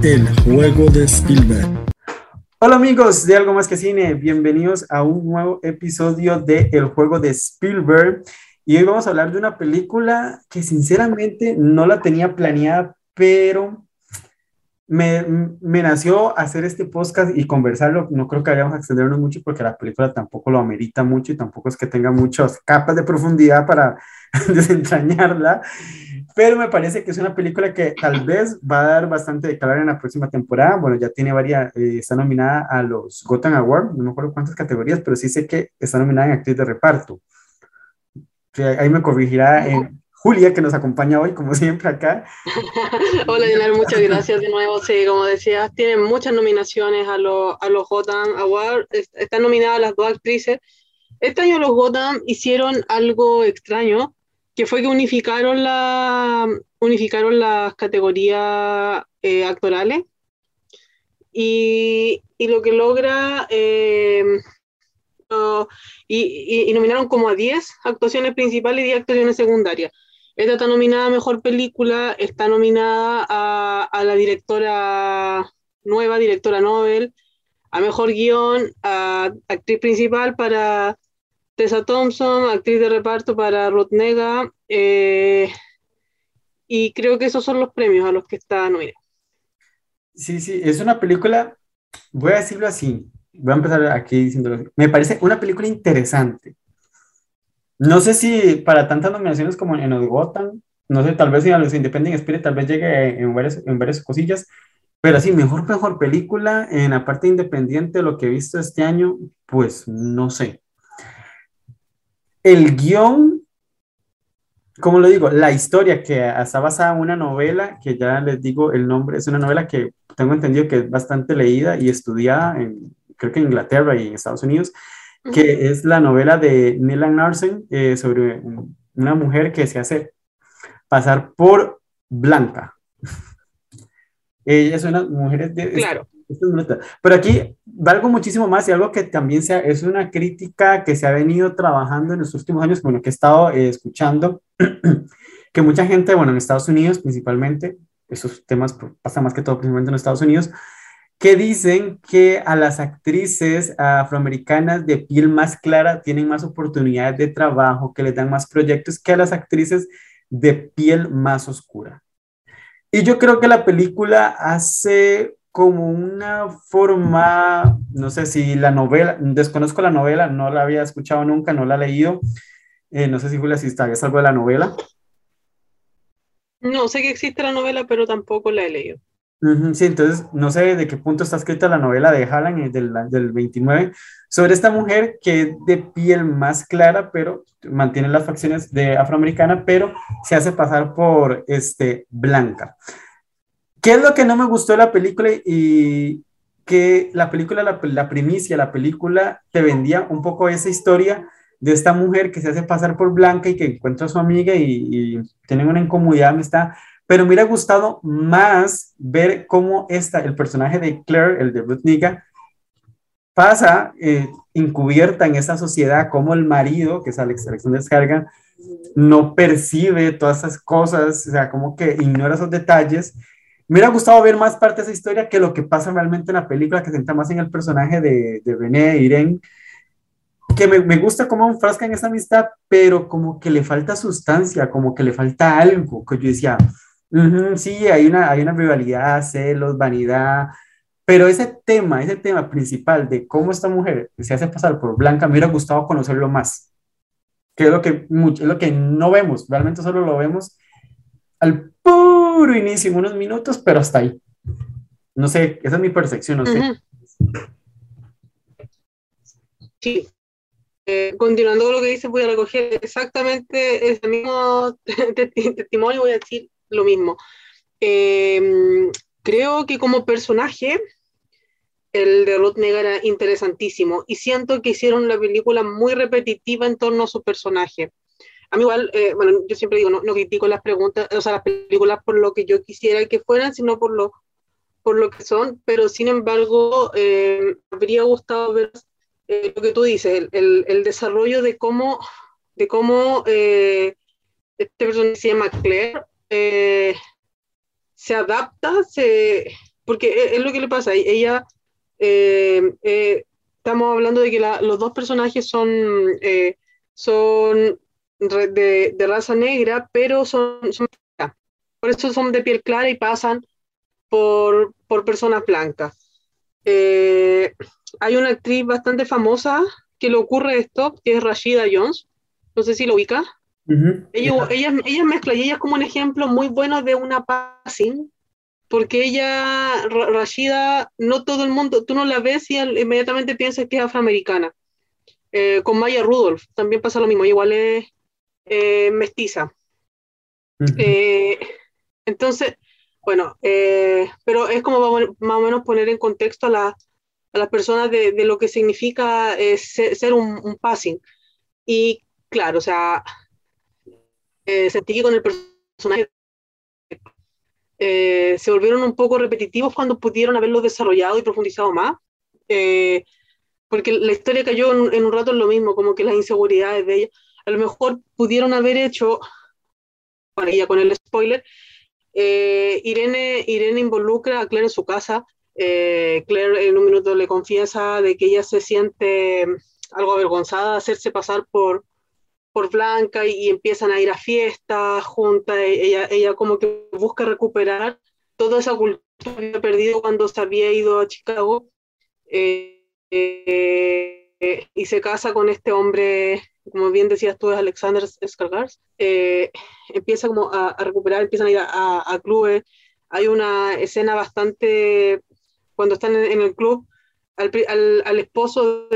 El juego de Spielberg. Hola amigos de Algo Más que Cine, bienvenidos a un nuevo episodio de El juego de Spielberg. Y hoy vamos a hablar de una película que sinceramente no la tenía planeada, pero me nació hacer este podcast y conversarlo. No creo que vayamos a extendernos mucho porque la película tampoco lo amerita mucho y tampoco es que tenga muchas capas de profundidad para desentrañarla, pero me parece que es una película que tal vez va a dar bastante de calor en la próxima temporada. Bueno, ya tiene varias, está nominada a los Gotham Awards, no me acuerdo cuántas categorías, pero sí sé que está nominada en actriz de reparto. Sí, ahí me corregirá Julia, que nos acompaña hoy, como siempre acá. Hola, Diana, muchas gracias de nuevo. Sí, como decías, tienen muchas nominaciones a los Gotham Awards. Están nominadas las dos actrices. Este año los Gotham hicieron algo extraño, que fue que unificaron las categorías actorales y lo que logra... y nominaron como a 10 actuaciones principales y 10 actuaciones secundarias. Esta está nominada a Mejor Película, está nominada a la nueva directora Nobel, a Mejor Guión, a Actriz Principal para Tessa Thompson, Actriz de Reparto para Ruth Negga, y creo que esos son los premios a los que está nominada. Sí, sí, es una película, voy a decirlo así, voy a empezar aquí diciéndolo así. Me parece una película interesante. No sé si para tantas nominaciones como en los Gotham, no sé, tal vez si a los Independent Spirit tal vez llegue en varias cosillas, pero sí, mejor película en la parte independiente de lo que he visto este año, pues no sé. El guión, como lo digo, la historia que está basada en una novela, que ya les digo el nombre, es una novela que tengo entendido que es bastante leída y estudiada, creo que en Inglaterra y en Estados Unidos, que es la novela de Neil Larsen sobre una mujer que se hace pasar por blanca. Ella es una mujer de... Claro. Pero aquí va algo muchísimo más y algo que también es una crítica que se ha venido trabajando en los últimos años, bueno, que he estado escuchando, que mucha gente, bueno, en Estados Unidos principalmente, esos temas pasan más que todo principalmente en Estados Unidos, que dicen que a las actrices afroamericanas de piel más clara tienen más oportunidades de trabajo, que les dan más proyectos que a las actrices de piel más oscura. Y yo creo que la película hace como una forma, no sé si la novela, desconozco la novela, no la había escuchado nunca, no la he leído, no sé si Julia, si sabes algo de la novela. No, sé que existe la novela, pero tampoco la he leído. Sí, entonces no sé de qué punto está escrita la novela de Hallan del 29 sobre esta mujer que es de piel más clara, pero mantiene las facciones de afroamericana, pero se hace pasar por blanca. ¿Qué es lo que no me gustó de la película? Y que la película, la primicia, la película te vendía un poco esa historia de esta mujer que se hace pasar por blanca y que encuentra a su amiga y tienen una incomodidad, amistad, pero me hubiera gustado más ver cómo el personaje de Claire, el de Ruth Negga, pasa encubierta en esa sociedad, como el marido, que es Alexander Skarsgård, no percibe todas esas cosas, o sea, como que ignora esos detalles. Me hubiera gustado ver más parte de esa historia que lo que pasa realmente en la película, que se centra más en el personaje de René Irene, que me gusta cómo enfrascan esa amistad, pero como que le falta sustancia, como que le falta algo, que yo decía, sí, hay una rivalidad, celos, vanidad, pero ese tema principal de cómo esta mujer se hace pasar por blanca, me hubiera gustado conocerlo más, que es es lo que no vemos, realmente solo lo vemos al puro inicio, en unos minutos, pero hasta ahí. No sé, esa es mi percepción, no sé. Sí. Continuando con lo que dices, voy a recoger exactamente ese mismo testimonio, voy a decir lo mismo. Creo que como personaje, el de Ruth Negga era interesantísimo y siento que hicieron la película muy repetitiva en torno a su personaje. A mí igual, bueno, yo siempre digo, no critico las preguntas, o sea, las películas por lo que yo quisiera que fueran, sino por lo que son, pero sin embargo, me habría gustado ver lo que tú dices, el desarrollo de cómo este personaje se llama Claire, se adapta, porque es lo que le pasa. Ella, estamos hablando de que los dos personajes son de raza negra, pero por eso son de piel clara y pasan por personas blancas. Hay una actriz bastante famosa que le ocurre esto, que es Rashida Jones. No sé si lo ubica. Ujú. Ella mezcla, y ella es como un ejemplo muy bueno de una passing, porque Rashida, no todo el mundo, tú no la ves y inmediatamente piensas que es afroamericana. Con Maya Rudolph también pasa lo mismo, igual es mestiza. Ujú. Eh, entonces, bueno, pero es como más o menos poner en contexto a las personas de lo que significa ser un passing. Y claro, o sea, sentí que con el personaje se volvieron un poco repetitivos cuando pudieron haberlo desarrollado y profundizado más, eh, porque la historia cayó en un rato en lo mismo, como que las inseguridades de ella. A lo mejor pudieron haber hecho, para ella con el spoiler, Irene involucra a Claire en su casa. Claire en un minuto le confiesa de que ella se siente algo avergonzada de hacerse pasar por blanca y empiezan a ir a fiestas juntas. Ella como que busca recuperar toda esa cultura que había perdido cuando se había ido a Chicago, y se casa con este hombre, como bien decías tú, es Alexander Skarsgård. Empieza como a recuperar, empiezan a ir a clubes. Hay una escena bastante, cuando están en el club, al esposo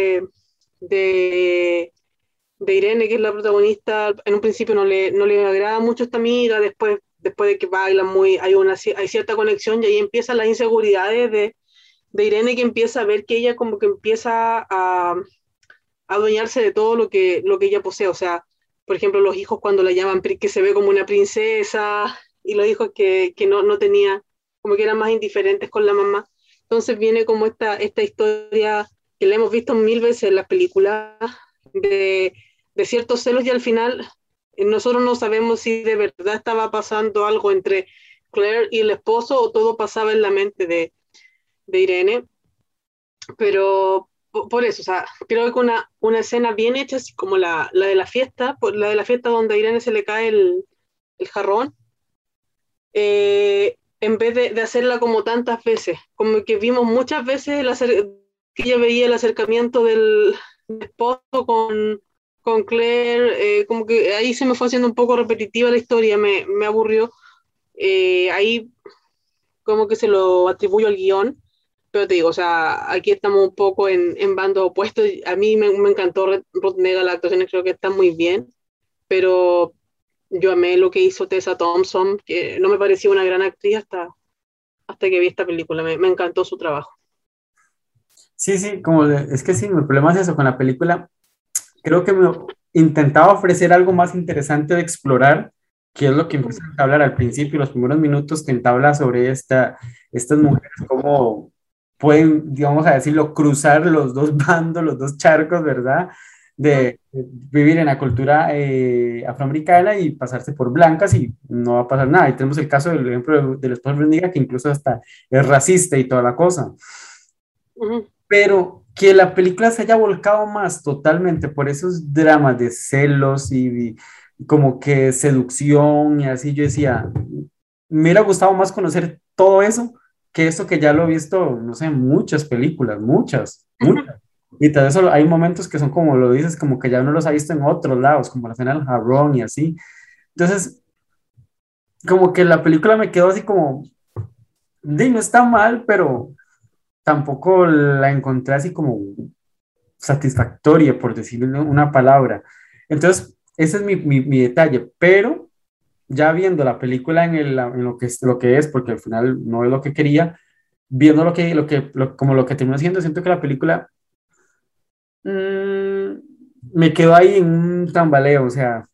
de de Irene, que es la protagonista, en un principio no le agrada mucho esta amiga, después de que bailan muy, hay cierta conexión y ahí empiezan las inseguridades de Irene, que empieza a ver que ella como que empieza a adueñarse de todo lo que ella posee. O sea, por ejemplo, los hijos cuando la llaman que se ve como una princesa, y los hijos que no tenía, como que eran más indiferentes con la mamá. Entonces viene como esta historia que la hemos visto mil veces en las películas, de, de ciertos celos, y al final nosotros no sabemos si de verdad estaba pasando algo entre Claire y el esposo o todo pasaba en la mente de Irene. Pero por eso, o sea, creo que una escena bien hecha, así como la de la fiesta, la de la fiesta donde a Irene se le cae el jarrón, en vez de hacerla como tantas veces, como que vimos muchas veces que ella veía el acercamiento del esposo con Claire, como que ahí se me fue haciendo un poco repetitiva la historia, me aburrió. Ahí como que se lo atribuyo al guión, pero te digo, o sea, aquí estamos un poco en bandos opuestos. A mí me encantó Ruth Negga, la actuación creo que está muy bien, pero yo amé lo que hizo Tessa Thompson, que no me parecía una gran actriz hasta que vi esta película. Me encantó su trabajo. Sí, sí, es que sí, mi problema es eso con la película. Creo que me intentaba ofrecer algo más interesante de explorar, que es lo que empieza a hablar al principio, los primeros minutos, que habla sobre estas mujeres, cómo pueden, digamos a decirlo, cruzar los dos bandos, los dos charcos, ¿verdad? De vivir en la cultura afroamericana y pasarse por blancas y no va a pasar nada. Y tenemos el caso del ejemplo del esposo de Rendiga, que incluso hasta es racista y toda la cosa, Ujú. pero que la película se haya volcado más totalmente por esos dramas de celos y como que seducción y así, yo decía, me hubiera gustado más conocer todo eso que eso que ya lo he visto, no sé, en muchas películas, muchas, muchas. Y tal vez hay momentos que son como lo dices, como que ya uno los ha visto en otros lados, como la escena del jarrón y así. Entonces, como que la película me quedó así como, no está mal, pero tampoco la encontré así como satisfactoria, por decirle una palabra. Entonces, ese es mi detalle, pero ya viendo la película en lo que es, porque al final no es lo que quería, viendo como lo que terminó siendo, siento que la película mm, me quedó ahí en un tambaleo, o sea,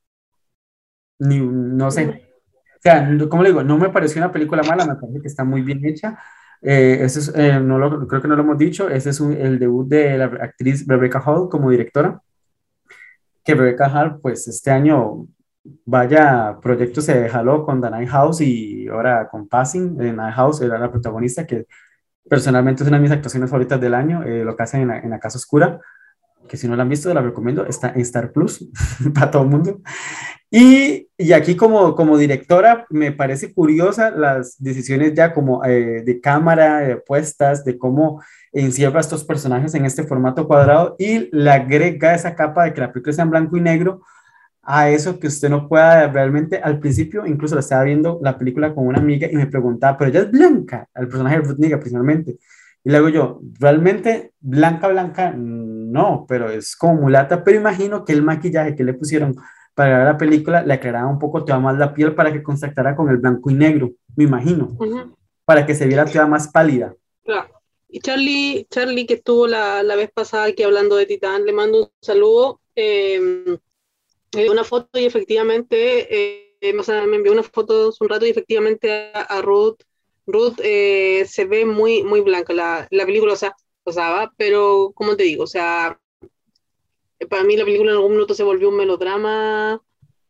no sé. O sea, como le digo, no me pareció una película mala, me parece que está muy bien hecha. Creo que no lo hemos dicho, ese es el debut de la actriz Rebecca Hall como directora, que Rebecca Hall, pues este año vaya proyecto se jaló con The Night House y ahora con Passing. The Night House era la protagonista, que personalmente es una de mis actuaciones favoritas del año, lo que hacen en la Casa Oscura, que si no la han visto, la recomiendo, está en Star Plus para todo el mundo. Y aquí como directora me parece curiosa las decisiones ya como de cámara, de puestas, de cómo encierra a estos personajes en este formato cuadrado y le agrega esa capa de que la película sea en blanco y negro a eso que usted no pueda realmente, al principio incluso la estaba viendo la película con una amiga y me preguntaba, pero ella es blanca, el personaje de Ruth Negga principalmente. Y luego yo, realmente blanca, blanca, no, pero es como mulata, pero imagino que el maquillaje que le pusieron para grabar la película le aclaraba un poco todavía más la piel para que contactara con el blanco y negro, me imagino, Ujú, para que se viera todavía más pálida. claro. Y Charlie, que estuvo la vez pasada aquí hablando de Titán, le mando un saludo. Una foto y efectivamente, o sea, me envió una foto hace un rato y efectivamente a Ruth, se ve muy, muy blanca la película, o sea, osaba, pero como te digo, o sea, para mí la película en algún minuto se volvió un melodrama,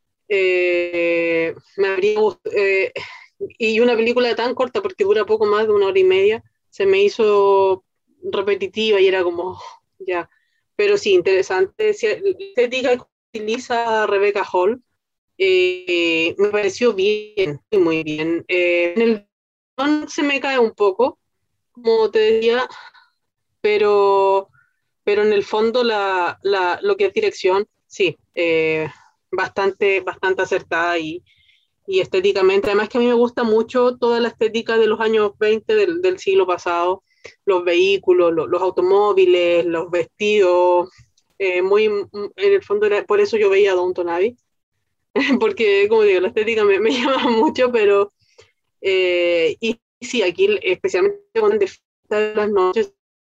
me habría y una película tan corta porque dura poco más de 1 hora y media, se me hizo repetitiva y era como, ya, pero sí, interesante, sí, la estética que utiliza Rebecca Hall me pareció bien, muy bien. En el guión se me cae un poco, como te decía, pero, pero en el fondo lo que es dirección, sí, bastante acertada y estéticamente. Además que a mí me gusta mucho toda la estética de los años 20 del siglo pasado, los vehículos, los automóviles, los vestidos, en el fondo por eso yo veía a Downton Abbey, porque como digo, la estética me llama mucho, pero y sí, aquí especialmente con el de las noches,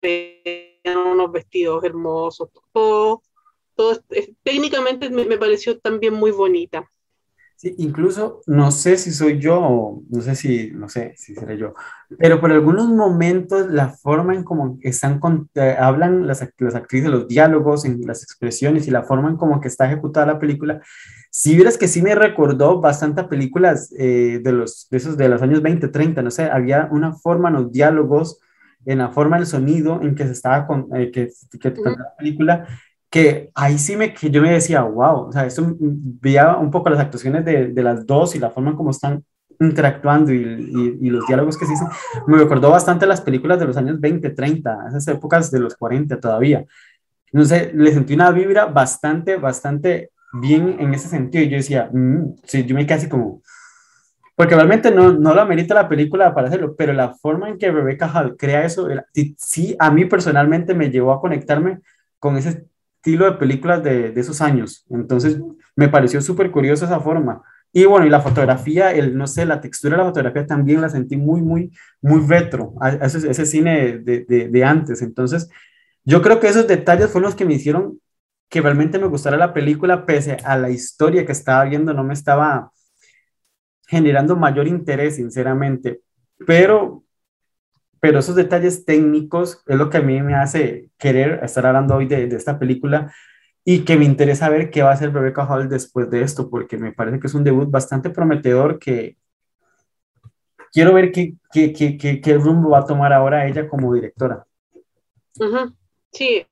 unos vestidos hermosos, todo técnicamente me pareció también muy bonita. Sí, incluso no sé si soy yo o no sé si seré yo, pero por algunos momentos la forma en cómo están hablan las actrices, los diálogos, en las expresiones y la forma en cómo que está ejecutada la película, si vieras que sí me recordó bastante a películas de esos de los años 20 30 no sé, había una forma en los diálogos, en la forma del sonido en que se estaba que Ujú, la película que ahí sí que yo me decía, wow, o sea, esto veía un poco las actuaciones de las dos y la forma en cómo están interactuando y los diálogos que se dicen, me recordó bastante a las películas de los años 20 30 esas épocas de los 40 todavía. No sé, le sentí una vibra bastante bien en ese sentido y yo decía, sí, yo me quedé así como, porque realmente no lo amerita la película para hacerlo, pero la forma en que Rebecca Hall crea eso, sí, sí, a mí personalmente me llevó a conectarme con ese estilo de películas de esos años. Entonces, me pareció súper curioso esa forma. Y bueno, y la fotografía, no sé, la textura de la fotografía también la sentí muy retro, a ese cine de antes. Entonces, yo creo que esos detalles fueron los que me hicieron que realmente me gustara la película, pese a la historia que estaba viendo, no me estaba generando mayor interés, sinceramente. Pero, pero esos detalles técnicos es lo que a mí me hace querer estar hablando hoy de esta película y que me interesa ver qué va a hacer Rebecca Hall después de esto, porque me parece que es un debut bastante prometedor que quiero ver qué rumbo va a tomar ahora ella como directora. ujú. Sí,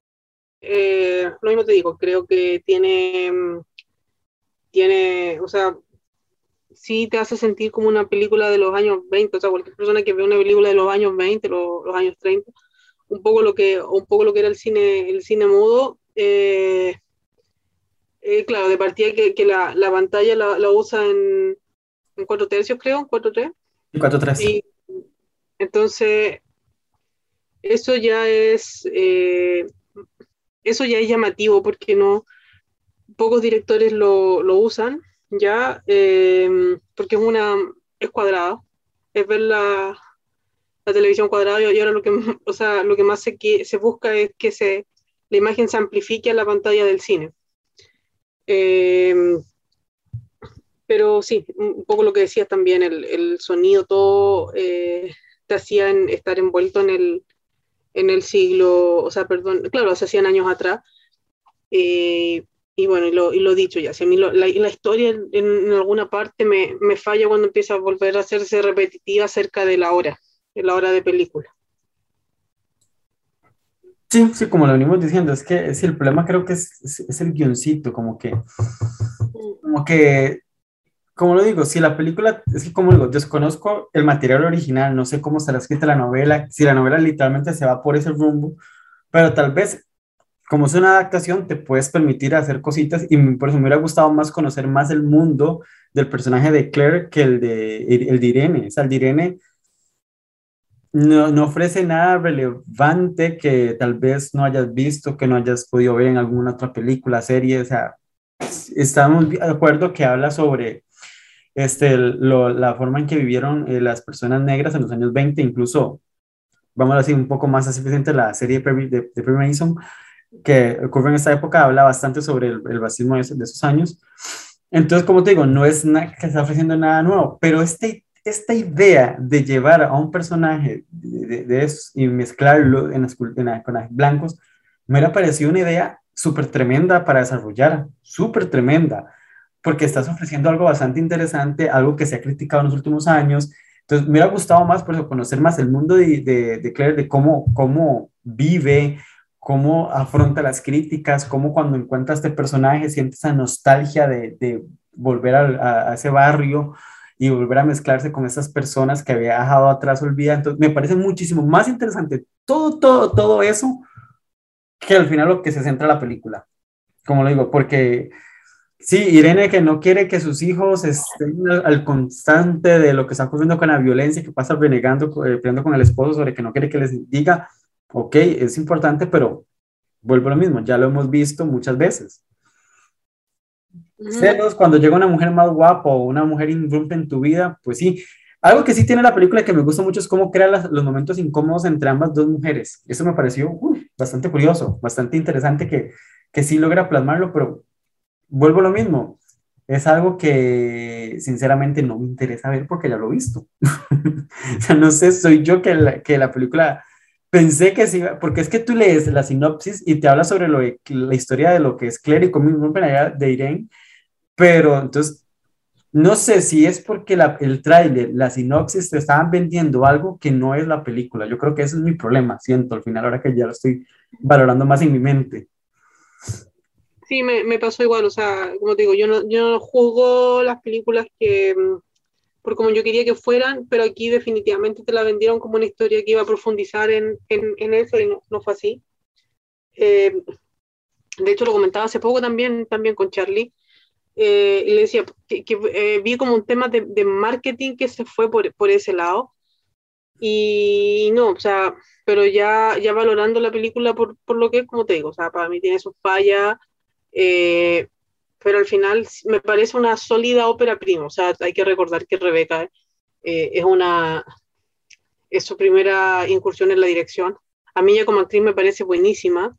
lo mismo te digo, creo que o sea, sí te hace sentir como una película de los años 20, o sea, cualquier persona que ve una película de los años 20, los años 30, un poco lo que era el cine mudo, claro, de partida que la pantalla la usa en 4 tercios, creo, en 4:3, 4-3. y entonces eso ya es, eh, eso ya es llamativo porque no, pocos directores lo usan, ya, porque es cuadrada, es ver la televisión cuadrada y ahora o sea, lo que más se busca es que la imagen se amplifique a la pantalla del cine. Eh, pero sí, un poco lo que decías también, el sonido, todo te hacía estar envuelto en el siglo, o sea, perdón, claro, hace 100 años atrás, y bueno, y lo dicho ya, si a mí la historia en alguna parte me falla cuando empieza a volver a hacerse repetitiva cerca de la hora de película. Sí, sí, como lo venimos diciendo, es que sí, el problema creo que es el guioncito, como que, como lo digo, si la película, es que como digo, desconozco el material original, no sé cómo estará escrita la novela, si la novela literalmente se va por ese rumbo, pero tal vez, como es una adaptación, te puedes permitir hacer cositas y por eso me hubiera gustado más conocer más el mundo del personaje de Claire que el de Irene. O sea, el de Irene no ofrece nada relevante que tal vez no hayas visto, que no hayas podido ver en alguna otra película, serie. O sea, estamos de acuerdo que habla sobre la forma en que vivieron las personas negras en los años 20, incluso, vamos a decir, un poco más así reciente, la serie de Perry Mason, que ocurre en esta época, habla bastante sobre el racismo de esos años. Entonces, como te digo, no es nada que está ofreciendo nada nuevo, pero esta idea de llevar a un personaje de esos y mezclarlo con los blancos, me hubiera parecido una idea súper tremenda para desarrollar, súper tremenda, porque estás ofreciendo algo bastante interesante, algo que se ha criticado en los últimos años. Entonces, me hubiera gustado más, por eso, conocer más el mundo de Claire, de cómo vive, cómo afronta las críticas, cómo cuando encuentra a este personaje siente esa nostalgia de volver a ese barrio y volver a mezclarse con esas personas que había dejado atrás olvidadas. Entonces, me parece muchísimo más interesante todo eso que al final lo que se centra la película, como lo digo, porque sí, Irene que no quiere que sus hijos estén al constante de lo que está ocurriendo con la violencia, que pasa renegando, peleando con el esposo sobre que no quiere que les diga, ok, es importante, pero vuelvo a lo mismo, ya lo hemos visto muchas veces. Ujú. Celos, cuando llega una mujer más guapa o una mujer irrumpe en tu vida, pues sí. Algo que sí tiene la película que me gusta mucho es cómo crea los momentos incómodos entre ambas dos mujeres. Eso me pareció bastante curioso, bastante interesante que sí logra plasmarlo, pero vuelvo a lo mismo. Es algo que sinceramente no me interesa ver porque ya lo he visto. O sea, no sé, soy yo que la película pensé que sí, porque es que tú lees la sinopsis y te habla sobre la historia de lo que es Claire y cómo irrumpen allá de Irene, pero entonces no sé si es porque el tráiler, la sinopsis te estaban vendiendo algo que no es la película. Yo creo que ese es mi problema, siento al final, ahora que ya lo estoy valorando más en mi mente. Sí, me pasó igual, o sea, como te digo, yo no juzgo las películas por como yo quería que fueran, pero aquí definitivamente te la vendieron como una historia que iba a profundizar en eso y no fue así. Eh, de hecho, lo comentaba hace poco también con Charlie, y le decía que vi como un tema de marketing que se fue por ese lado, y no, o sea, pero ya valorando la película por lo que es, como te digo, o sea, para mí tiene sus fallas, eh, pero al final me parece una sólida ópera prima, o sea, hay que recordar que Rebeca es es su primera incursión en la dirección. A mí ya como actriz me parece buenísima.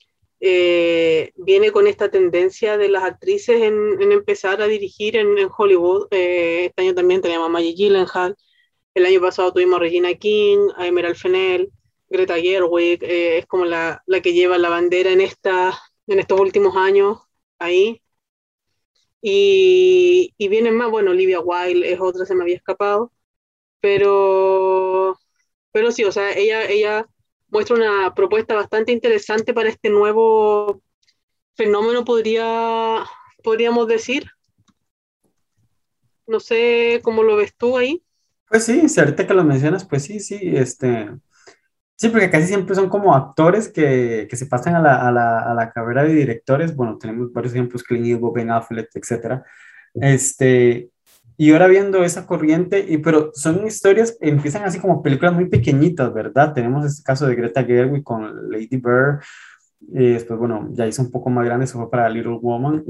Viene con esta tendencia de las actrices en empezar a dirigir en Hollywood. Este año también teníamos a Maggie Gyllenhaal. El año pasado tuvimos a Regina King, a Emerald Fennell, Greta Gerwig. Es como la que lleva la bandera en estos últimos años ahí. Y vienen más, bueno, Olivia Wilde es otra, se me había escapado. Pero Pero sí, o sea, ella muestra una propuesta bastante interesante para este nuevo fenómeno, podríamos decir. No sé cómo lo ves tú ahí. Pues sí, si ahorita que lo mencionas, pues sí, sí, sí, porque casi siempre son como actores que se pasan a la carrera de directores. Bueno, tenemos varios ejemplos, Clint Eastwood, Ben Affleck, etcétera. Este, y ahora viendo esa corriente, pero son historias, empiezan así como películas muy pequeñitas, ¿verdad? Tenemos este caso de Greta Gerwig con Lady Bird, después, bueno, ya hizo un poco más grande, se fue para Little Woman.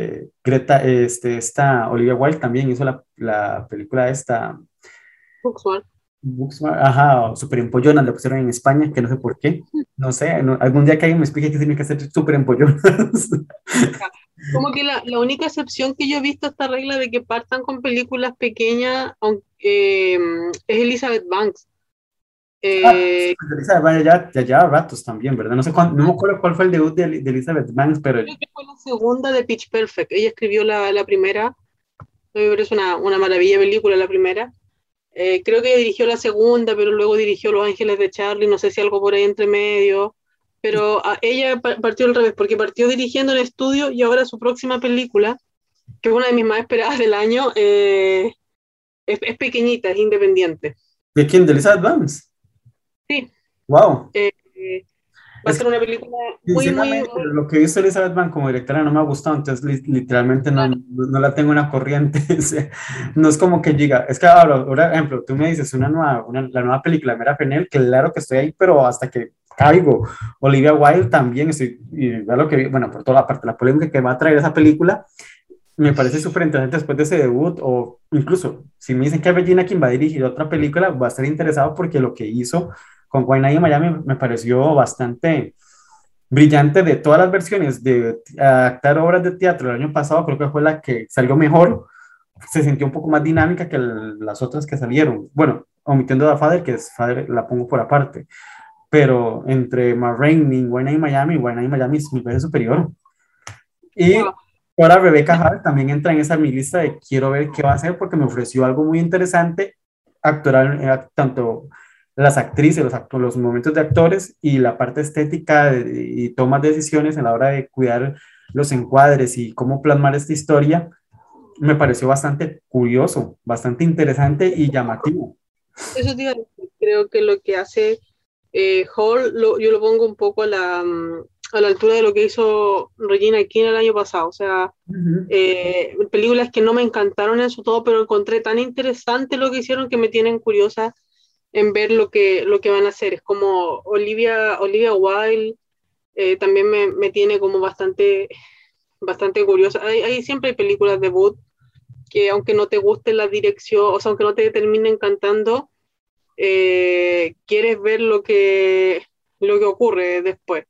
Esta Olivia Wilde también hizo la película esta, Booksmart. Booksmart, ajá, Super Empollona, le pusieron en España, que no sé por qué. No sé, algún día que alguien me explique qué significa ser Super Empollonas. Como que la única excepción que yo he visto a esta regla de que partan con películas pequeñas es Elizabeth Banks. Eh, Pues Elizabeth Banks ya lleva ratos también, ¿verdad? No sé no me acuerdo cuál fue el debut de Elizabeth Banks, pero Creo que fue la segunda de Pitch Perfect. Ella escribió la primera. Me parece una maravilla película la primera. Creo que ella dirigió la segunda, pero luego dirigió Los Ángeles de Charlie, no sé si algo por ahí entre medio. Pero ella partió al revés, porque partió dirigiendo en estudio y ahora su próxima película, que es una de mis más esperadas del año, es pequeñita, es independiente. ¿de quién? ¿De Elizabeth Banks? Sí, Wow. eh, va a Es ser que, una película muy, muy, sinceramente, muy... lo que he visto de Elizabeth Banks como directora no me ha gustado, entonces literalmente no la tengo en una corriente. O sea, no es como que diga, es que ahora, por ejemplo, tú me dices la nueva película de Mera Fennell, claro que estoy ahí, pero hasta que caigo. Olivia Wilde también estoy, y vea lo que, bueno, por toda la parte, la polémica que va a traer esa película, me parece súper interesante después de ese debut, o incluso si me dicen que Regina quien va a dirigir otra película, va a estar interesado porque lo que hizo con Wine Night in Miami me pareció bastante brillante. De todas las versiones de adaptar obras de teatro el año pasado, creo que fue la que salió mejor, se sintió un poco más dinámica que las otras que salieron. Bueno, omitiendo a Father, que es Father, la pongo por aparte, pero entre Ma Rainey, Wine Night in Miami, Wine Night in Miami es mil veces superior. Y Wow. ahora Rebecca Hall también entra en esa mi lista de quiero ver qué va a hacer porque me ofreció algo muy interesante, actoral, tanto las actrices, los momentos de actores y la parte estética y tomas de decisiones en la hora de cuidar los encuadres y cómo plasmar esta historia, me pareció bastante curioso, bastante interesante y llamativo. Eso te iba a decir. Creo que lo que hace Hall, yo lo pongo un poco a la altura de lo que hizo Regina King el año pasado. O sea, Ujú. películas que no me encantaron en su todo, pero encontré tan interesante lo que hicieron que me tienen curiosa en ver lo que van a hacer. Es como Olivia Wilde, también me tiene como bastante curiosa. Siempre hay películas debut que aunque no te guste la dirección, o sea, aunque no te termine encantando, quieres ver lo que ocurre después.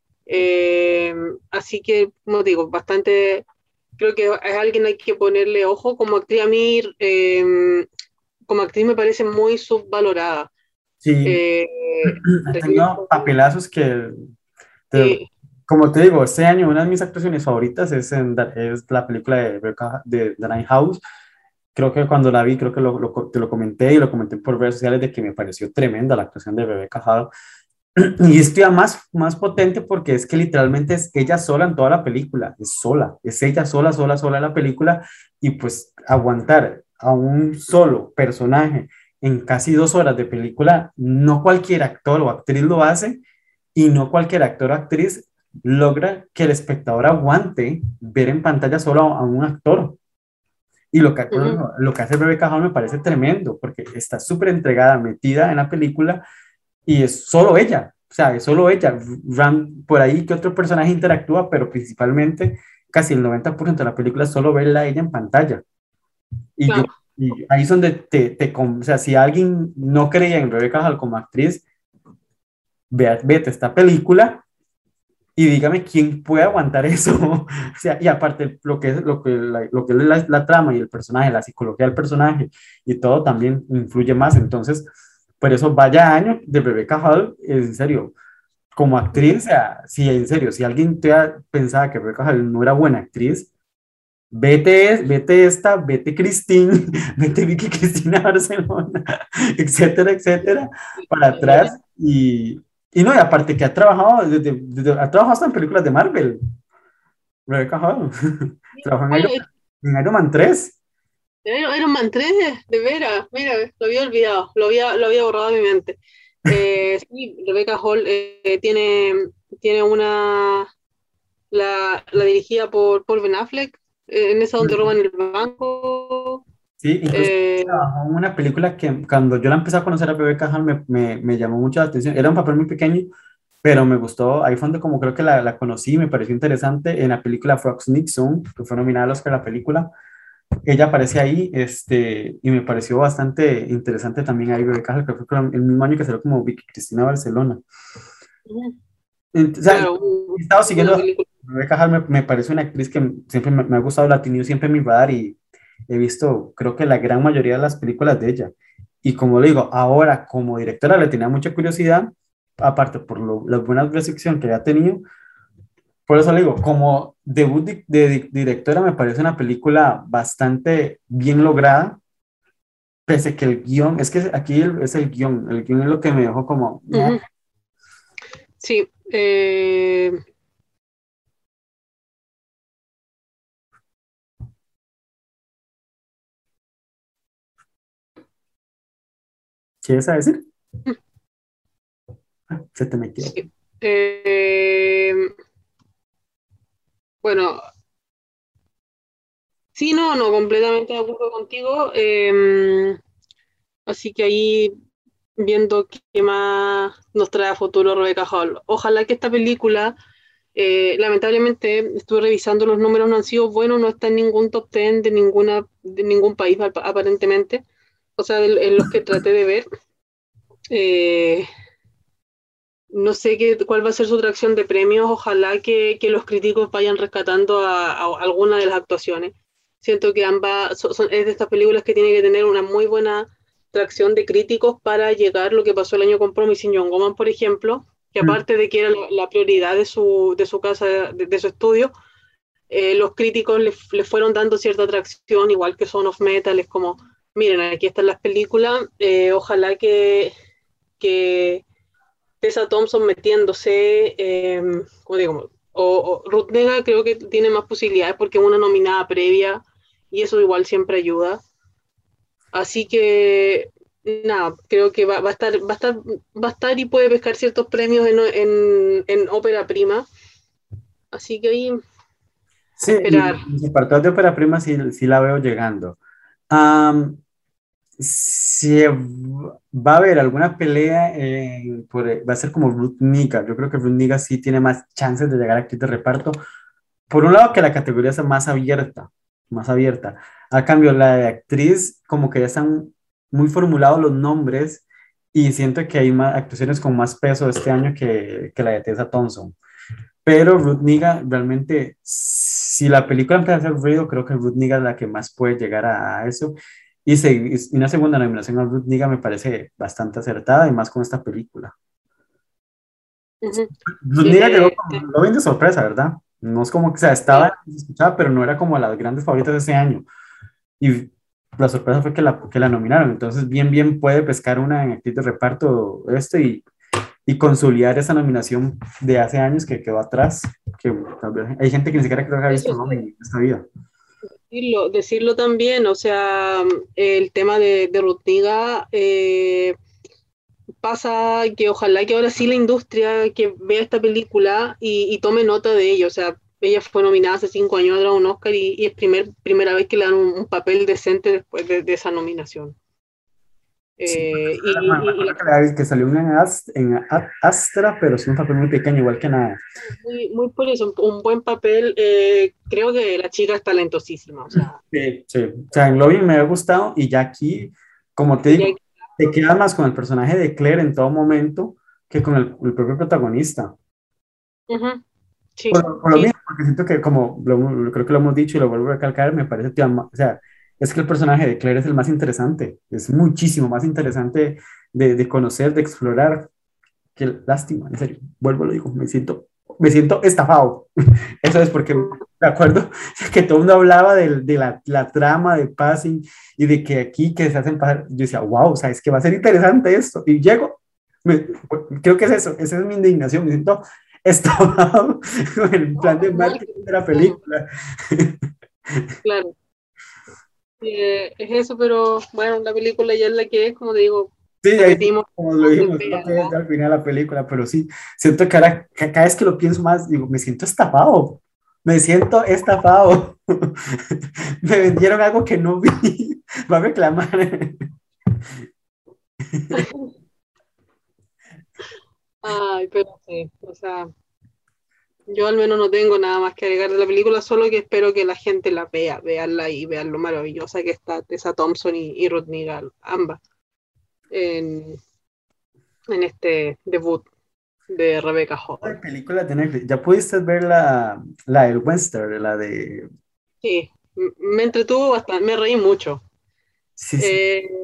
Así que, como digo, bastante, creo que es alguien hay que ponerle ojo. Como actriz, a mí, como actriz me parece muy subvalorada. Sí, Eh, ha tenido papelazos te- sí, como te digo, este año una de mis actuaciones favoritas es la película de The Night House. Creo que cuando la vi, creo que te lo comenté y lo comenté por redes sociales de que me pareció tremenda la actuación de Rebecca Hall. Y esto ya más potente porque es que literalmente es ella sola en toda la película, es sola, es ella sola, sola, sola en la película y pues aguantar a un solo personaje en casi 2 horas de película, no cualquier actor o actriz lo hace y no cualquier actor o actriz logra que el espectador aguante ver en pantalla solo a un actor. Y ujú, lo que hace Rebecca Hall me parece tremendo porque está súper entregada, metida en la película y es solo ella, o sea, es solo ella. Por ahí que otro personaje interactúa, pero principalmente casi el 90% de la película es solo verla a ella en pantalla. Y yo, claro. y ahí es donde o sea, si alguien no creía en Rebecca Hall como actriz, vete esta película y dígame quién puede aguantar eso. O sea, y aparte lo que es la trama y el personaje, la psicología del personaje y todo también influye más. Entonces, por eso vaya año de Rebecca Hall, en serio, como actriz, o sea, si en serio, si alguien pensaba que Rebecca Hall no era buena actriz, vete Christine, vete Vicky Cristina Barcelona, etcétera, etcétera, para atrás. Y no, y aparte que ha trabajado, ha trabajado hasta en películas de Marvel, Rebecca Hall. Trabajó Bueno, En Iron Man 3. Iron Man 3, de veras, mira, lo había olvidado, lo había borrado de mi mente. Sí, Rebecca Hall tiene la dirigida por Paul Ben Affleck, en esa donde roban el banco. Sí, incluso eh, trabajó en una película que cuando yo la empecé a conocer a Rebecca Hall me llamó mucho la atención. Era un papel muy pequeño, pero me gustó. Ahí fue donde como creo que la conocí, me pareció interesante en la película Frogs Nixon, que fue nominada al Oscar la película. Ella aparece ahí, y me pareció bastante interesante también ahí Rebecca Hall, que fue el mismo año que salió como Vicky Cristina Barcelona. O sea, claro, he estado siguiendo una a película. Rebecca Hall, me parece una actriz que siempre me ha gustado, la ha tenido siempre en mi radar y he visto, creo que la gran mayoría de las películas de ella. Y como le digo, ahora como directora le tenía mucha curiosidad, aparte por la buena recepción que había tenido, por eso le digo, como debut directora me parece una película bastante bien lograda, pese que el guión, es que aquí es el guión es lo que me dejó como, Ujú. Sí, ¿quieres decir? Se te metió. sí. Eh, bueno, sí, no, no, completamente de acuerdo contigo. Así que ahí viendo qué más nos trae a futuro Rebecca Hall. Ojalá que esta película, lamentablemente, estuve revisando los números, no han sido buenos, no está en ningún top 10 de ningún país aparentemente. O sea, en los que traté de ver. Eh, no sé cuál va a ser su tracción de premios. Ojalá que los críticos vayan rescatando a alguna de las actuaciones. Siento que ambas es de estas películas que tiene que tener una muy buena tracción de críticos para llegar lo que pasó el año con Promising Young Woman, por ejemplo, que Mm. aparte de que era la prioridad de su casa, de su estudio, los críticos le fueron dando cierta atracción, igual que Son of Metal. Es como, miren, aquí están las películas, ojalá que Tessa Thompson metiéndose, como digo, o Ruth Negga creo que tiene más posibilidades porque es una nominada previa y eso igual siempre ayuda. Así que nada, creo que va a estar y puede pescar ciertos premios en ópera prima. Así que ahí Sí, esperar. los apartados de ópera prima sí, sí la veo llegando. Am, si va a haber alguna pelea, va a ser como Ruth Negga. Yo creo que Ruth Negga sí tiene más chances de llegar a actriz de reparto. Por un lado, que la categoría sea más abierta, más abierta. A cambio, la de actriz, como que ya están muy formulados los nombres y siento que hay más actuaciones con más peso este año que la de Tessa Thompson. Pero Ruth Negga, realmente, si la película empieza a hacer ruido, creo que Ruth Negga es la que más puede llegar a eso. Y una segunda nominación a Ruth Negga me parece bastante acertada y más con esta película. Ujú. Ruth Negga llegó Eh, como lo bien de sorpresa, ¿verdad? No es como que, o sea, estaba claro. escuchada, pero no era como las grandes favoritas de ese año. Y la sorpresa fue que la nominaron. Entonces, bien puede pescar una en actriz de reparto esto y consolidar esa nominación de hace años que quedó atrás. Que tal vez hay gente que ni siquiera creo que ha visto Eso ¿no? sí, en esta vida. decirlo también, o sea, el tema de Rutiga, pasa que ojalá que ahora sí la industria que vea esta película y tome nota de ello. O sea, ella fue nominada hace 5 años a un Oscar y es primera vez que le dan un papel decente después de esa nominación. Sí, me Y acuerdo que salió Astra, pero sí un papel muy pequeño, igual que nada. muy por eso, un buen papel. Creo que la chica es talentosísima. O sea, Sí, sí. O sea, en Lobby me ha gustado y ya aquí, como te ya, digo, te quedas más con el personaje de Claire en todo momento que con el propio protagonista. ujú, sí, Por lo sí, mismo, porque siento que como creo que lo hemos dicho y lo vuelvo a recalcar, me parece que, o sea, es que el personaje de Claire es el más interesante, es muchísimo más interesante de conocer, de explorar. Qué lástima, en serio, vuelvo lo digo, me siento estafado. Eso es porque me acuerdo que todo el mundo hablaba de la trama de Passing y de que aquí que se hacen pasar, yo decía, wow, o sea, es que va a ser interesante esto. Y llego, creo que es eso, esa es mi indignación, me siento estafado con el plan de marketing de la claro, película. claro. Es eso, pero bueno, la película ya es la que es, como te digo, Sí, ahí sí, repetimos, como lo dijimos, no que véanla. al final de la película, pero sí, siento que ahora, cada vez que lo pienso más, digo, me siento estafado, me siento estafado. Me vendieron algo que no vi, va a reclamar. Ay, pero sí, o sea, yo al menos no tengo nada más que agregar de la película, solo que espero que la gente la vea, veanla y vean lo maravillosa que está Tessa Thompson y Ruth Negga, ambas, en, en este debut de Rebecca La Hall. película de Netflix, ¿ya pudiste ver la del Western, la de... Sí, me entretuvo bastante, me reí mucho. Sí, sí, Eh,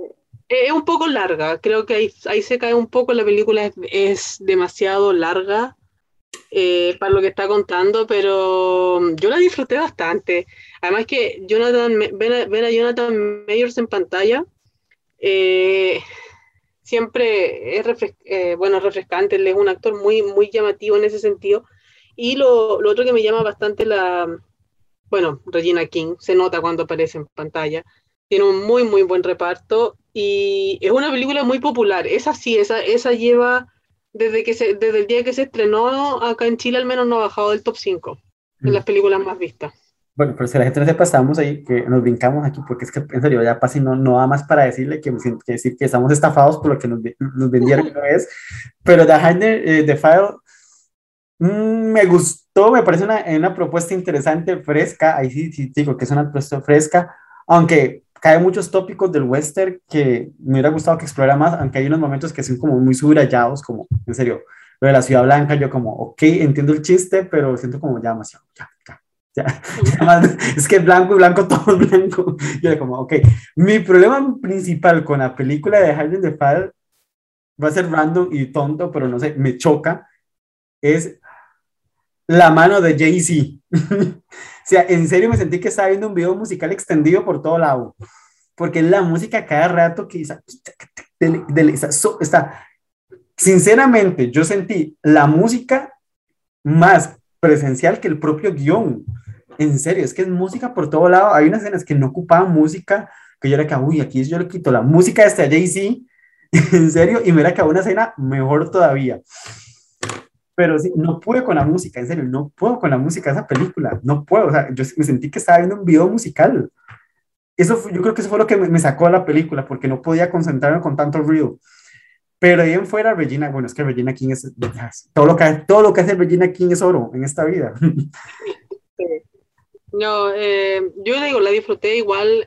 Es un poco larga, creo que ahí se cae un poco, la película es demasiado larga para lo que está contando, pero yo la disfruté bastante. Además que ver a Jonathan Mayers en pantalla eh, siempre es bueno, refrescante, él es un actor muy, muy llamativo en ese sentido. Y lo otro que me llama bastante bueno, Regina King, se nota cuando aparece en pantalla. Tiene un muy, muy buen reparto y es una película muy popular. Esa sí, esa lleva, desde el día que se estrenó acá en Chile, al menos no ha bajado del top 5 de las películas más vistas. Bueno, pero si la gente no sepa, estamos ahí, que nos brincamos aquí, porque es que en serio, ya casi no da más para decirle que, que decir que estamos estafados por lo que nos vendieron una vez. Pero The Handmaid's The File me gustó, me parece una propuesta interesante, fresca. Ahí sí, sí digo que es una propuesta fresca, aunque cae muchos tópicos del western que me hubiera gustado que explorara más, aunque hay unos momentos que son como muy subrayados, como en serio, lo de la Ciudad Blanca, yo como, ok, entiendo el chiste, pero siento como ya demasiado, ya, es que blanco y blanco, todo es blanco. Yo era como, ok, mi problema principal con la película de Hidden the Fall va a ser random y tonto, pero no sé, me choca, es la mano de Jay-Z. O sea, en serio me sentí que estaba viendo un video musical extendido por todo lado, porque la música cada rato que está, sinceramente, yo sentí la música más presencial que el propio guión. En serio, es que es música por todo lado. Hay unas escenas que no ocupaban música, que yo era que, uy, aquí yo le quito la música de este a Jay-Z, en serio, y me era que una escena mejor todavía. Pero sí, no pude con la música, en serio, no puedo con la música de esa película, no puedo, o sea, yo me sentí que estaba viendo un video musical. Yo creo que eso fue lo que me sacó de la película, porque no podía concentrarme con tanto ruido. Pero ahí en fuera, Regina, bueno, es que Regina King es, todo lo que hace Regina King es oro en esta vida. No, yo le digo, la disfruté igual.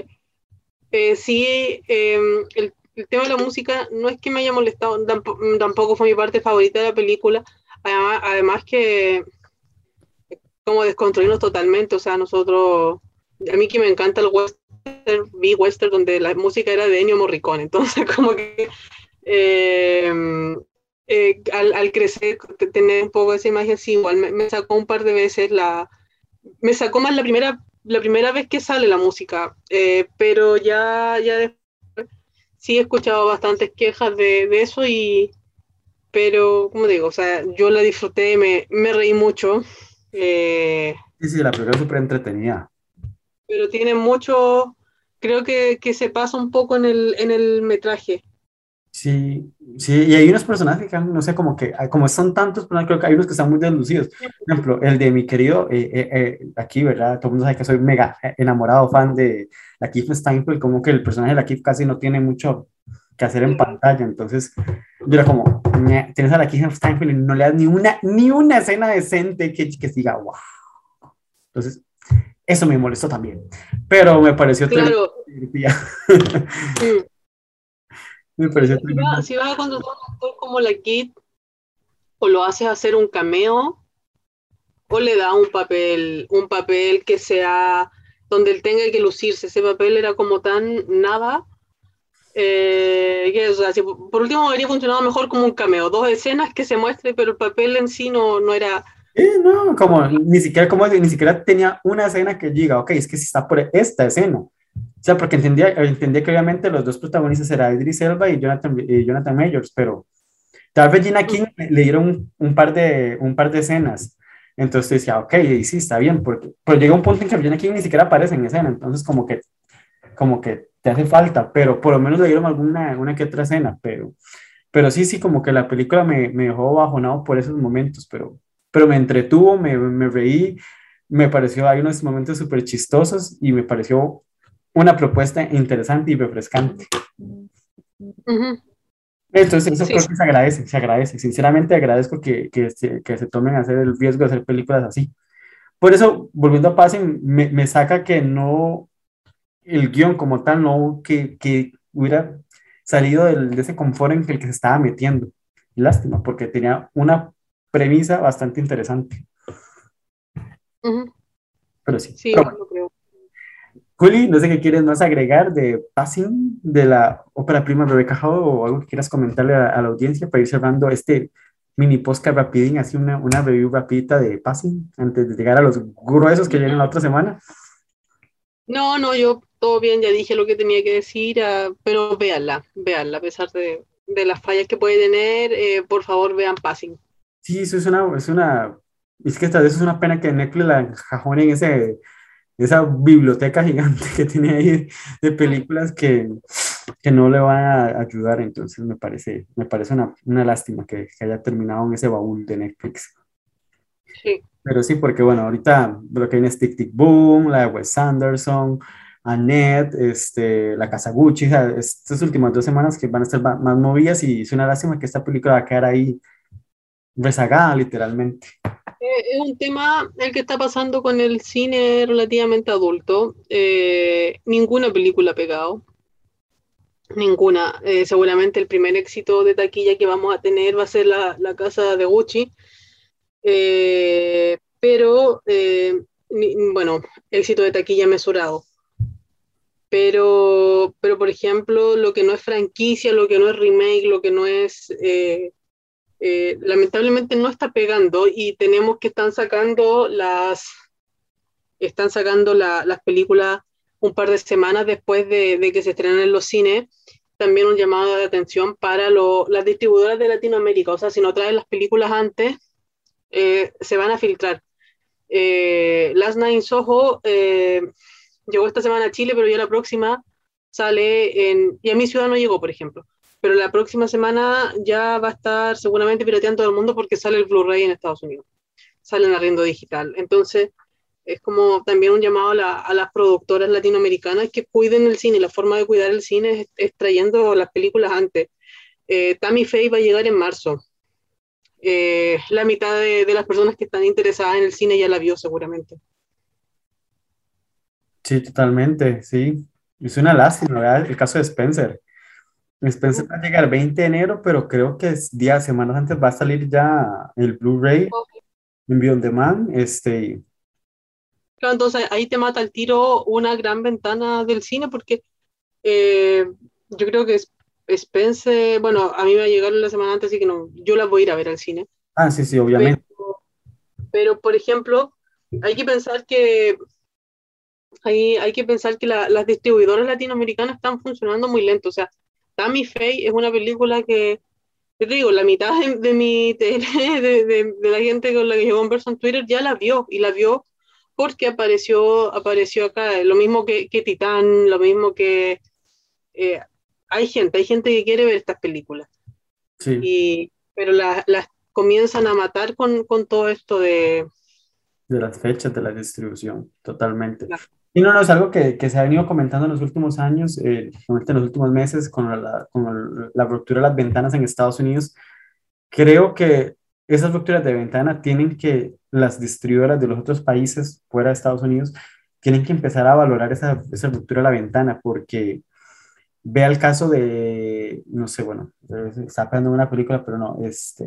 Sí, el tema de la música no es que me haya molestado, tampoco fue mi parte favorita de la película. Además que como desconstruirnos totalmente, o sea, a mí que me encanta el western, vi western donde la música era de Ennio Morricone, entonces como que eh, al crecer, tener un poco esa imagen, sí, igual me sacó un par de veces me sacó más la primera vez que sale la música, pero ya después sí he escuchado bastantes quejas de eso pero como digo, o sea, yo la disfruté, me reí mucho, eh, Sí, sí, la película es súper entretenida. pero tiene creo que se pasa un poco en el metraje. Sí, sí, y hay unos personajes que, no sé, como que, como son tantos personajes, creo que hay unos que están muy deslucidos. Por ejemplo, el de mi querido, aquí, ¿verdad? Todo el mundo sabe que soy mega enamorado fan de la Keith Steinfeld, como que el personaje de la Keith casi no tiene mucho que hacer en pantalla, entonces yo era como, tienes a la Keith Steinfeld y no le das ni una escena decente que diga, wow. Entonces, eso me molestó también, pero me pareció tremendo. Claro, mm, Me pareció tremendo. si vas a contratar a un actor como la Kid, o lo haces hacer un cameo, o le da un papel que sea donde él tenga que lucirse. Ese papel era como tan nada. O sea, si por último habría funcionado mejor como un cameo, dos escenas que se muestre, pero el papel en sí no era. No, como ni siquiera tenía una escena que diga, ok, es que si está por esta escena. O sea, porque entendía que obviamente los dos protagonistas eran Idris Elba y Jonathan Majors, pero tal vez Gina King le dieron un par de escenas. Entonces decía, ok, y sí, está bien, porque pero llega un punto en que Gina King ni siquiera aparece en escena, entonces como que te hace falta, pero por lo menos le dieron alguna que otra escena, pero sí, sí, como que la película me dejó bajonado por esos momentos, pero me entretuvo, me reí, me pareció, hay unos momentos súper chistosos y me pareció una propuesta interesante y refrescante. Ujú. Entonces, eso Sí, creo que se agradece. Sinceramente agradezco que se tomen a hacer el riesgo de hacer películas así. Por eso, volviendo a Passing, me saca que no, el guión como tal, no, que hubiera salido de ese confort en el que se estaba metiendo. Lástima, porque tenía una premisa bastante interesante. ujú. Pero sí, Sí, pero igual bueno, lo creo. Juli, no sé qué quieres más agregar de Passing, de la ópera prima de Rebecca Hall, o algo que quieras comentarle a la audiencia para ir cerrando este mini podcast rapidín, así una review rapidita de Passing, antes de llegar a los gruesos que vienen la otra semana. No, no, yo todo bien, ya dije lo que tenía que decir, pero véanla, a pesar de las fallas que puede tener, por favor vean Passing. Sí, eso es que esta vez es una pena que Netflix la encajone en esa biblioteca gigante que tiene ahí de películas que no le van a ayudar, entonces me parece una lástima que haya terminado en ese baúl de Netflix. Sí. Pero sí, porque bueno, ahorita lo que viene es Tic Tic Boom, la de Wes Anderson, Annette, la Casa Gucci, o sea, estas últimas 2 semanas que van a estar más movidas y es una lástima que esta película va a quedar ahí rezagada literalmente. Es un tema el que está pasando con el cine relativamente adulto. Ninguna película ha pegado, ninguna. Seguramente el primer éxito de taquilla que vamos a tener va a ser la casa de Gucci. Pero, bueno, éxito de taquilla mesurado. Pero, por ejemplo, lo que no es franquicia, lo que no es remake, lo que no es... lamentablemente no está pegando y tenemos que están sacando las películas un par de semanas después de que se estrenan en los cines. También un llamado de atención para las distribuidoras de Latinoamérica. O sea, si no traen las películas antes, se van a filtrar. Last Night in Soho llegó esta semana a Chile, pero ya la próxima sale y a mi ciudad no llegó, por ejemplo. Pero la próxima semana ya va a estar seguramente pirateando todo el mundo porque sale el Blu-ray en Estados Unidos. Sale en arriendo digital. Entonces, es como también un llamado a las productoras latinoamericanas que cuiden el cine. La forma de cuidar el cine es trayendo las películas antes. Tammy Faye va a llegar en marzo. La mitad de las personas que están interesadas en el cine ya la vio seguramente. Sí, totalmente, sí. Es una lástima, ¿verdad? El caso de Spencer. Spencer va a llegar el 20 de enero, pero creo que días, semanas antes va a salir ya el Blu-ray en Video On Demand. Claro, entonces ahí te mata el tiro una gran ventana del cine porque eh, yo creo que Spencer, bueno, a mí me va a llegar la semana antes, así que no, yo la voy a ir a ver al cine. Sí, sí, Pero, obviamente. pero, por ejemplo, hay que pensar que hay que pensar que las distribuidoras latinoamericanas están funcionando muy lento. O sea, Tammy Faye es una película que, yo te digo, la mitad de mi tele, de la gente con la que yo converso en Twitter ya la vio, y la vio porque apareció acá. Lo mismo que Titán, lo mismo que... eh, hay gente que quiere ver estas películas, Sí, pero las comienzan a matar con todo esto de... de las fechas de la distribución, totalmente. Y no, no, es algo que se ha venido comentando en los últimos años, en los últimos meses, con la ruptura de las ventanas en Estados Unidos. Creo que esas rupturas de ventana tienen que, las distribuidoras de los otros países fuera de Estados Unidos, tienen que empezar a valorar esa ruptura de la ventana, porque vea el caso de, no sé, bueno, está pegando una película, pero no,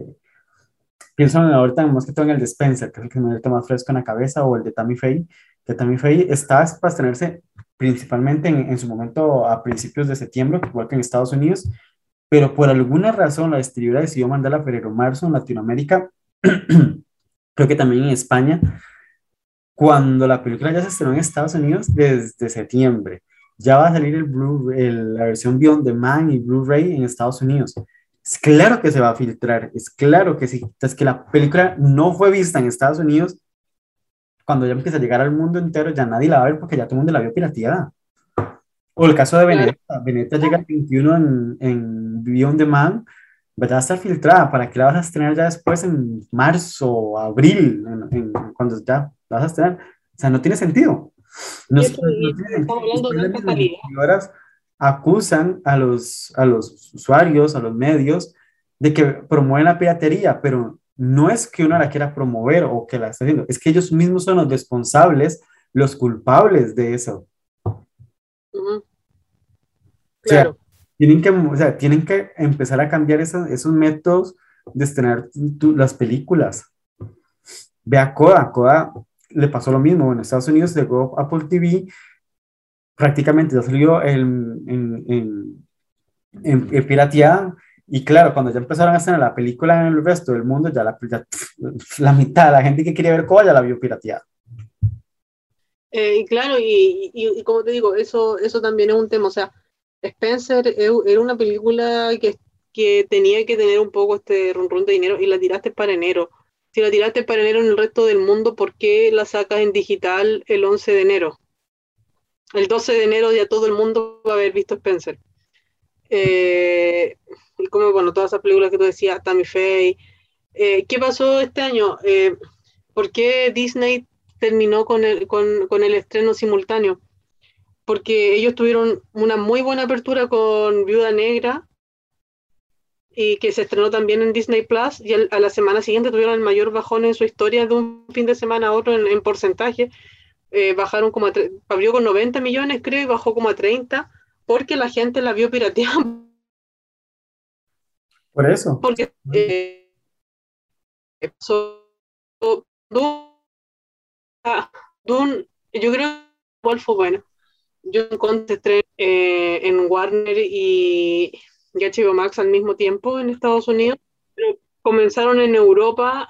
pienso ahorita más que todo en el de Spencer, que es el que me ahorita más fresco en la cabeza, o el de Tammy Faye, que Tammy Faye está para estrenarse principalmente en su momento a principios de septiembre, igual que en Estados Unidos, pero por alguna razón la distribuidora decidió mandarla a febrero marzo en Latinoamérica, creo que también en España, cuando la película ya se estrenó en Estados Unidos desde septiembre. Ya va a salir la versión Beyond Demand y Blu-ray en Estados Unidos. Es claro que se va a filtrar, es claro que sí. Es que la película no fue vista en Estados Unidos, cuando ya empieza a llegar al mundo entero, ya nadie la va a ver porque ya todo el mundo la vio pirateada. O el caso de Claro. Benedetta. Benedetta llega el 21 en Video On Demand, va a estar filtrada. ¿Para qué la vas a estrenar ya después en marzo o abril, cuando ya la vas a estrenar? O sea, no tiene sentido. No, Y, no tiene estamos sentido. hablando Después de las alta mismas calidad. distribuidoras acusan a los usuarios, a los medios, de que promueven la piratería, pero no es que uno la quiera promover o que la esté haciendo, es que ellos mismos son los responsables, los culpables de eso. Ujú, O sea, claro. tienen que empezar a cambiar esos métodos de estrenar las películas. Ve a Coda le pasó lo mismo. En Estados Unidos llegó Apple TV prácticamente ya salió en pirateada. Y claro, cuando ya empezaron a hacer la película en el resto del mundo, la mitad de la gente que quería ver Coda ya la vio pirateada. Y claro, y como te digo, eso también es un tema. O sea, Spencer era una película que tenía que tener un poco este run de dinero y la tiraste para enero. Si la tiraste para enero en el resto del mundo, ¿por qué la sacas en digital el 11 de enero? El 12 de enero ya todo el mundo va a haber visto Spencer. Y como, bueno, todas esas películas que tú decías, Tammy Faye. ¿Qué pasó este año? ¿Por qué Disney terminó con el estreno simultáneo? Porque ellos tuvieron una muy buena apertura con Viuda Negra y que se estrenó también en Disney Plus, y a la semana siguiente tuvieron el mayor bajón en su historia de un fin de semana a otro en porcentaje. Bajaron como abrió con 90 millones creo y bajó como a 30 porque la gente la vio pirateada. Por eso. Porque Dune, yo creo que igual fue bueno. Yo encontré en Warner y HBO Max al mismo tiempo en Estados Unidos, pero comenzaron en Europa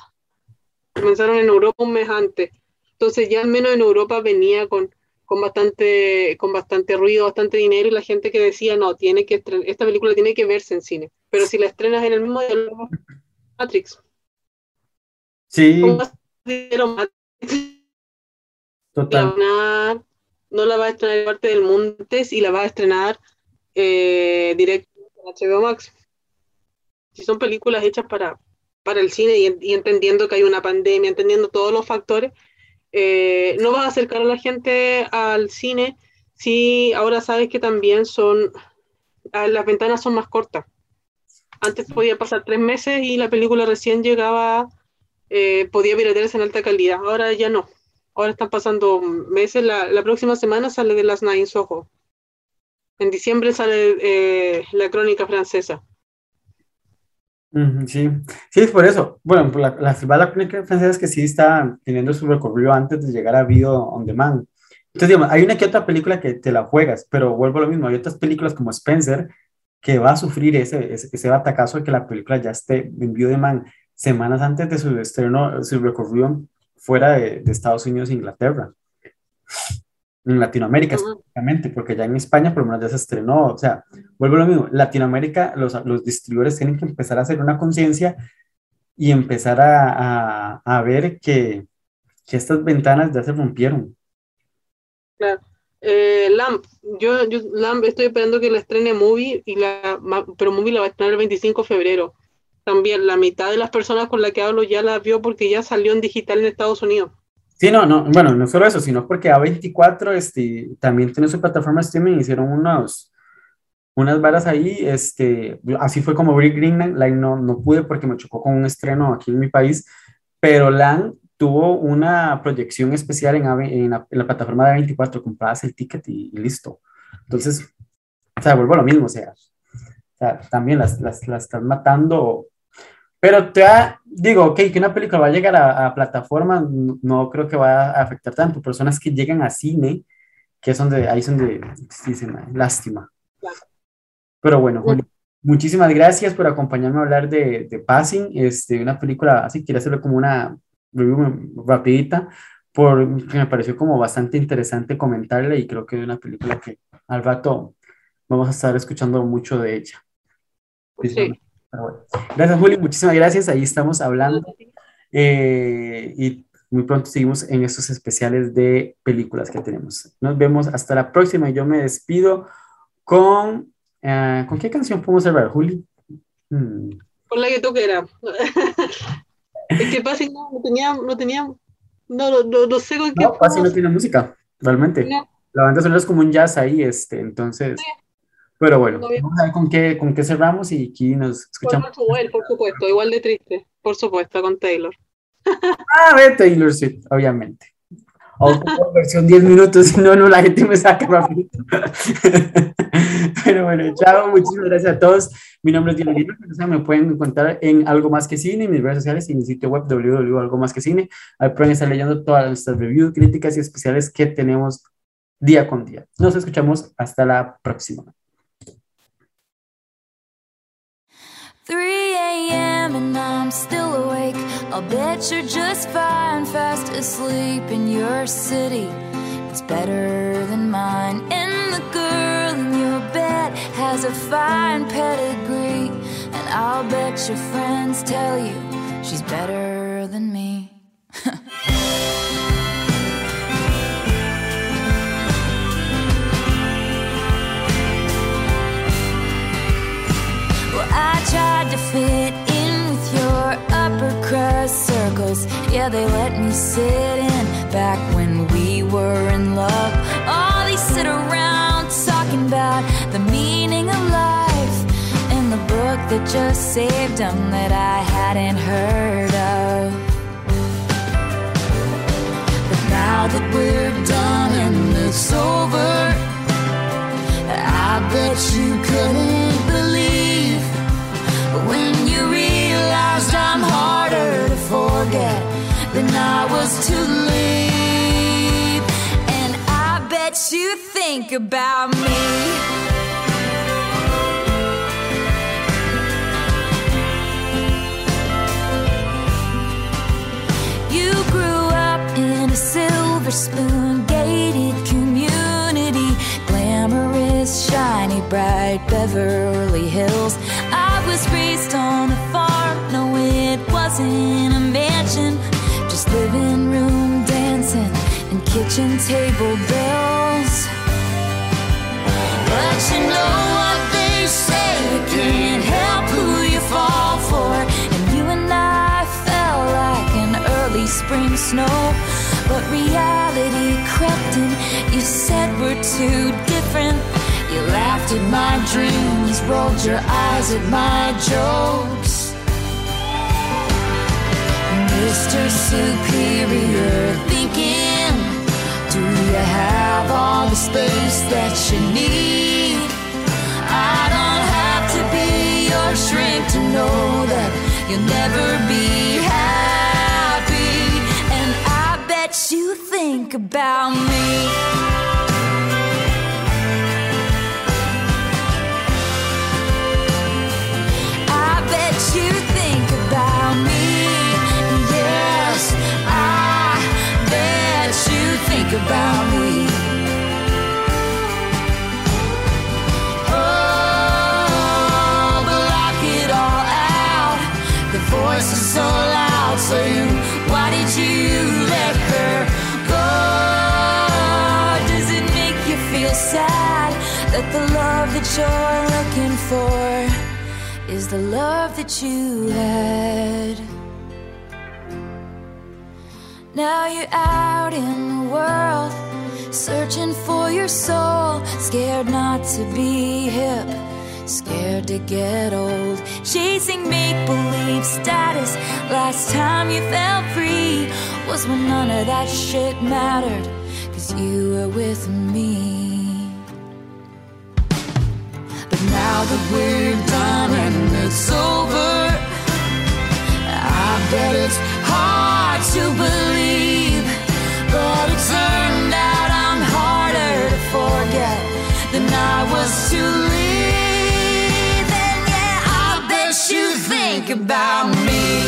un mes antes. Entonces ya al menos en Europa venía con bastante ruido, bastante dinero, y la gente que decía, no, esta película tiene que verse en cine. Pero si la estrenas en el mismo día, Matrix. Sí, Matrix total. no la va a estrenar en parte del mundo y la va a estrenar directo en HBO Max. Si son películas hechas para el cine y entendiendo que hay una pandemia, entendiendo todos los factores, no vas a acercar a la gente al cine si ahora sabes que también las ventanas son más cortas. Antes podía pasar 3 meses y la película recién llegaba, podía piratearse en alta calidad. Ahora ya no. Ahora están pasando meses. La próxima semana sale The Last Night in Soho. En diciembre sale La Crónica Francesa. Sí, sí, es por eso. Bueno, pues la película francesa es que sí está teniendo su recorrido antes de llegar a Video On Demand. Entonces, digamos, hay una que otra película que te la juegas, pero vuelvo a lo mismo. Hay otras películas como Spencer que va a sufrir ese batacazo de que la película ya esté en Video On Demand semanas antes de su estreno, su recorrido fuera de Estados Unidos e Inglaterra. En Latinoamérica Uh-huh. específicamente, porque ya en España por lo menos ya se estrenó, o sea, vuelvo a lo mismo, Latinoamérica, los distribuidores tienen que empezar a hacer una conciencia y empezar a ver que estas ventanas ya se rompieron. Claro. Lamp, Lamp estoy esperando que la estrene Movie, pero Movie la va a estrenar el 25 de febrero. También la mitad de las personas con las que hablo ya la vio porque ya salió en digital en Estados Unidos. Sí, no, no, bueno, no solo eso, sino porque A24 también tiene su plataforma de streaming, hicieron unas varas ahí, así fue como Brie Green Line no pude porque me chocó con un estreno aquí en mi país, pero LAN tuvo una proyección especial en la plataforma de A24, comprabas el ticket y listo. Entonces, o sea, vuelvo a lo mismo, o sea, también las están matando, pero digo, ok, que una película va a llegar a plataforma, no creo que vaya a afectar tanto, personas que llegan a cine, que es ahí es donde dicen, "Ay, lástima". Pero bueno, Juli, muchísimas gracias por acompañarme a hablar de Passing, una película, así quiero hacerlo como una review rapidita, porque me pareció como bastante interesante comentarla y creo que es una película que al rato vamos a estar escuchando mucho de ella. Sí. Pero bueno. Gracias, Juli, muchísimas gracias, ahí estamos hablando y muy pronto seguimos en estos especiales de películas que tenemos. Nos vemos hasta la próxima y yo me despido ¿con qué canción podemos cerrar, Juli? Con la que tú quieras. Es que Passing no sé con qué No, casi no podemos. tiene música, realmente. No, La banda sonora es como un jazz ahí, entonces, pero bueno, no había. vamos a ver con qué cerramos y aquí nos Con escuchamos. Macho Well, por supuesto, igual de triste, por supuesto, con Taylor. Ve Taylor Swift, obviamente. Versión 10 minutos, si no, la gente me saca rapidito. Pero bueno, chao, muchísimas gracias a todos. Mi nombre es Diego Aguirre, me pueden encontrar en Algo Más Que Cine, en mis redes sociales y en mi sitio web www.algomasquecine. Ahí pueden estar leyendo todas nuestras reviews, críticas y especiales que tenemos día con día. Nos escuchamos hasta la próxima. 3 a.m. and I'm still awake. I'll bet you're just fine, fast asleep in your city. It's better than mine. And the girl in your bed has a fine pedigree. And I'll bet your friends tell you she's better than me. Well, I tried to fit in with your upper crust circles. Yeah, they let me sit in back when we were in love. Oh, they sit around talking about the meaning of life and the book that just saved them that I hadn't heard of. But now that we're done and it's over, I bet you couldn't believe when you realized I'm harder to forget than I was to leave. And I bet you think about me. You grew up in a silver spoon gated community, glamorous, shiny, bright Beverly Hills. I was raised on a farm, no it wasn't a mansion, just living room dancing and kitchen table bells. But you know what they say, you can't help who you fall for. And you and I fell like an early spring snow. But reality crept in, you said we're too different. You laughed at my dreams, rolled your eyes at my jokes. Mr. Superior thinking, do you have all the space that you need? I don't have to be your shrink to know that you'll never be happy. And I bet you think about me. You think about me, yes, I bet you think about me. Oh, but lock it all out. The voice is so loud saying, why did you let her go? Does it make you feel sad that the love that you're looking for is the love that you had? Now you're out in the world, searching for your soul, scared not to be hip, scared to get old, chasing make-believe status. Last time you felt free was when none of that shit mattered, 'cause you were with me. Now that we're done and it's over, I bet it's hard to believe, but it turned out I'm harder to forget than I was to leave. And yeah, I bet you think about me.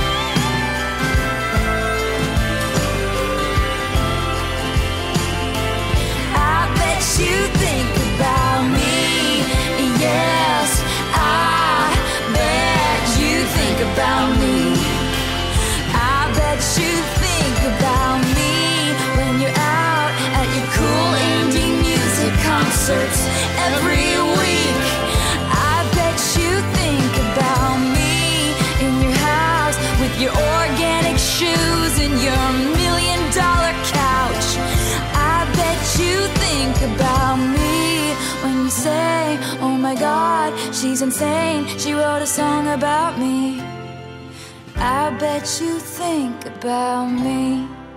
I bet you think about me. Yes, I bet you think about me. I bet you think about me when you're out at your cool indie music concerts every week. I bet you think about me in your house with your organic shoes and your $1 million couch. I bet you think about me when you say, oh my God, she's insane, she wrote a song about me. I bet you think about me.